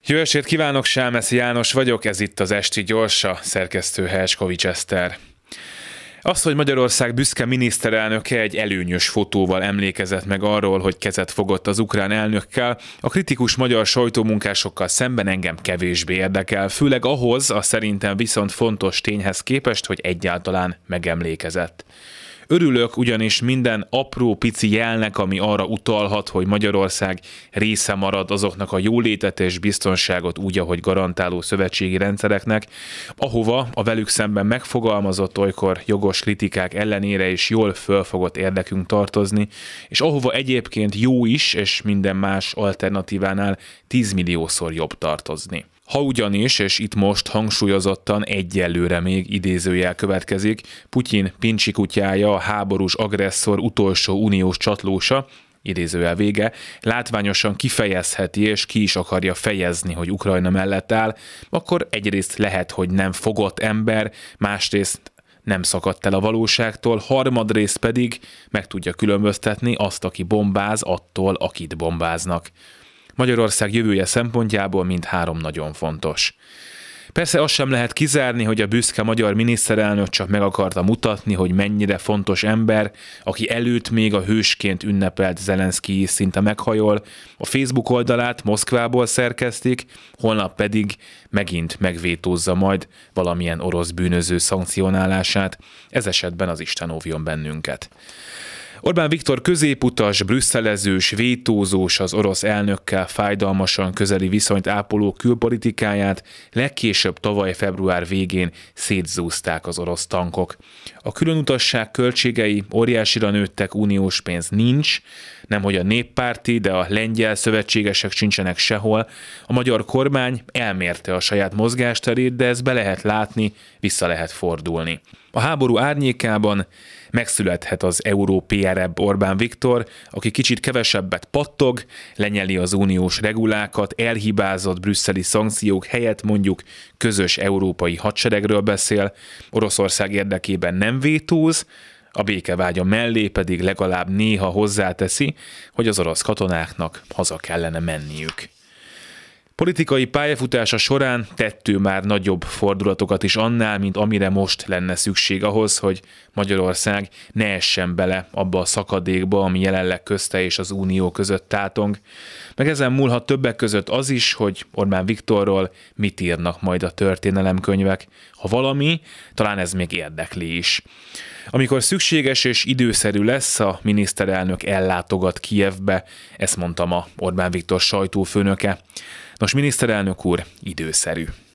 Jó estét kívánok, Sámeszi János vagyok, ez itt az Esti Gyorsa, szerkesztő Herskovics Eszter. Azt, hogy Magyarország büszke miniszterelnöke egy előnyös fotóval emlékezett meg arról, hogy kezet fogott az ukrán elnökkel, a kritikus magyar sajtómunkásokkal szemben engem kevésbé érdekel, főleg ahhoz a szerintem viszont fontos tényhez képest, hogy egyáltalán megemlékezett. Örülök ugyanis minden apró pici jelnek, ami arra utalhat, hogy Magyarország része marad azoknak a jólétet és biztonságot úgy, ahogy garantáló szövetségi rendszereknek, ahova a velük szemben megfogalmazott olykor jogos kritikák ellenére is jól fölfogott érdekünk tartozni, és ahova egyébként jó is, és minden más alternatívánál 10 milliószor jobb tartozni. Ha ugyanis, és itt most hangsúlyozottan egyelőre még idézőjel következik, Putyin pincsi kutyája, a háborús agresszor utolsó uniós csatlósa, idézőjel vége, látványosan kifejezheti és ki is akarja fejezni, hogy Ukrajna mellett áll, akkor egyrészt lehet, hogy nem fogott ember, másrészt nem szakadt el a valóságtól, harmadrészt pedig meg tudja különböztetni azt, aki bombáz, attól, akit bombáznak. Magyarország jövője szempontjából mindhárom nagyon fontos. Persze azt sem lehet kizárni, hogy a büszke magyar miniszterelnök csak meg akarta mutatni, hogy mennyire fontos ember, aki előtt még a hősként ünnepelt Zelenszkij is szinte meghajol, a Facebook oldalát Moszkvából szerkesztik, holnap pedig megint megvétózza majd valamilyen orosz bűnöző szankcionálását, ez esetben az Isten óvjon bennünket. Orbán Viktor középutas, brüsszelezős, vétózós, az orosz elnökkel fájdalmasan közeli viszonyt ápoló külpolitikáját legkésőbb tavaly február végén szétzúzták az orosz tankok. A különutasság költségei óriásira nőttek, uniós pénz nincs, nemhogy a néppárti, de a lengyel szövetségesek sincsenek sehol. A magyar kormány elmérte a saját mozgásterét, de ezt be lehet látni, vissza lehet fordulni. A háború árnyékában megszülethet az európérebb Orbán Viktor, aki kicsit kevesebbet pattog, lenyeli az uniós regulákat, elhibázott brüsszeli szankciók helyett mondjuk közös európai hadseregről beszél, Oroszország érdekében nem vétóz, a békevágya mellé pedig legalább néha hozzáteszi, hogy az orosz katonáknak haza kellene menniük. Politikai pályafutása során tettő már nagyobb fordulatokat is annál, mint amire most lenne szükség ahhoz, hogy Magyarország ne essen bele abba a szakadékba, ami jelenleg közte és az Unió között tátong. Meg ezen múlhat többek között az is, hogy Orbán Viktorról mit írnak majd a történelemkönyvek. Ha valami, talán ez még érdekli is. Amikor szükséges és időszerű lesz, a miniszterelnök ellátogat Kijevbe, ezt mondta ma Orbán Viktor sajtófőnöke. Nos, miniszterelnök úr, időszerű.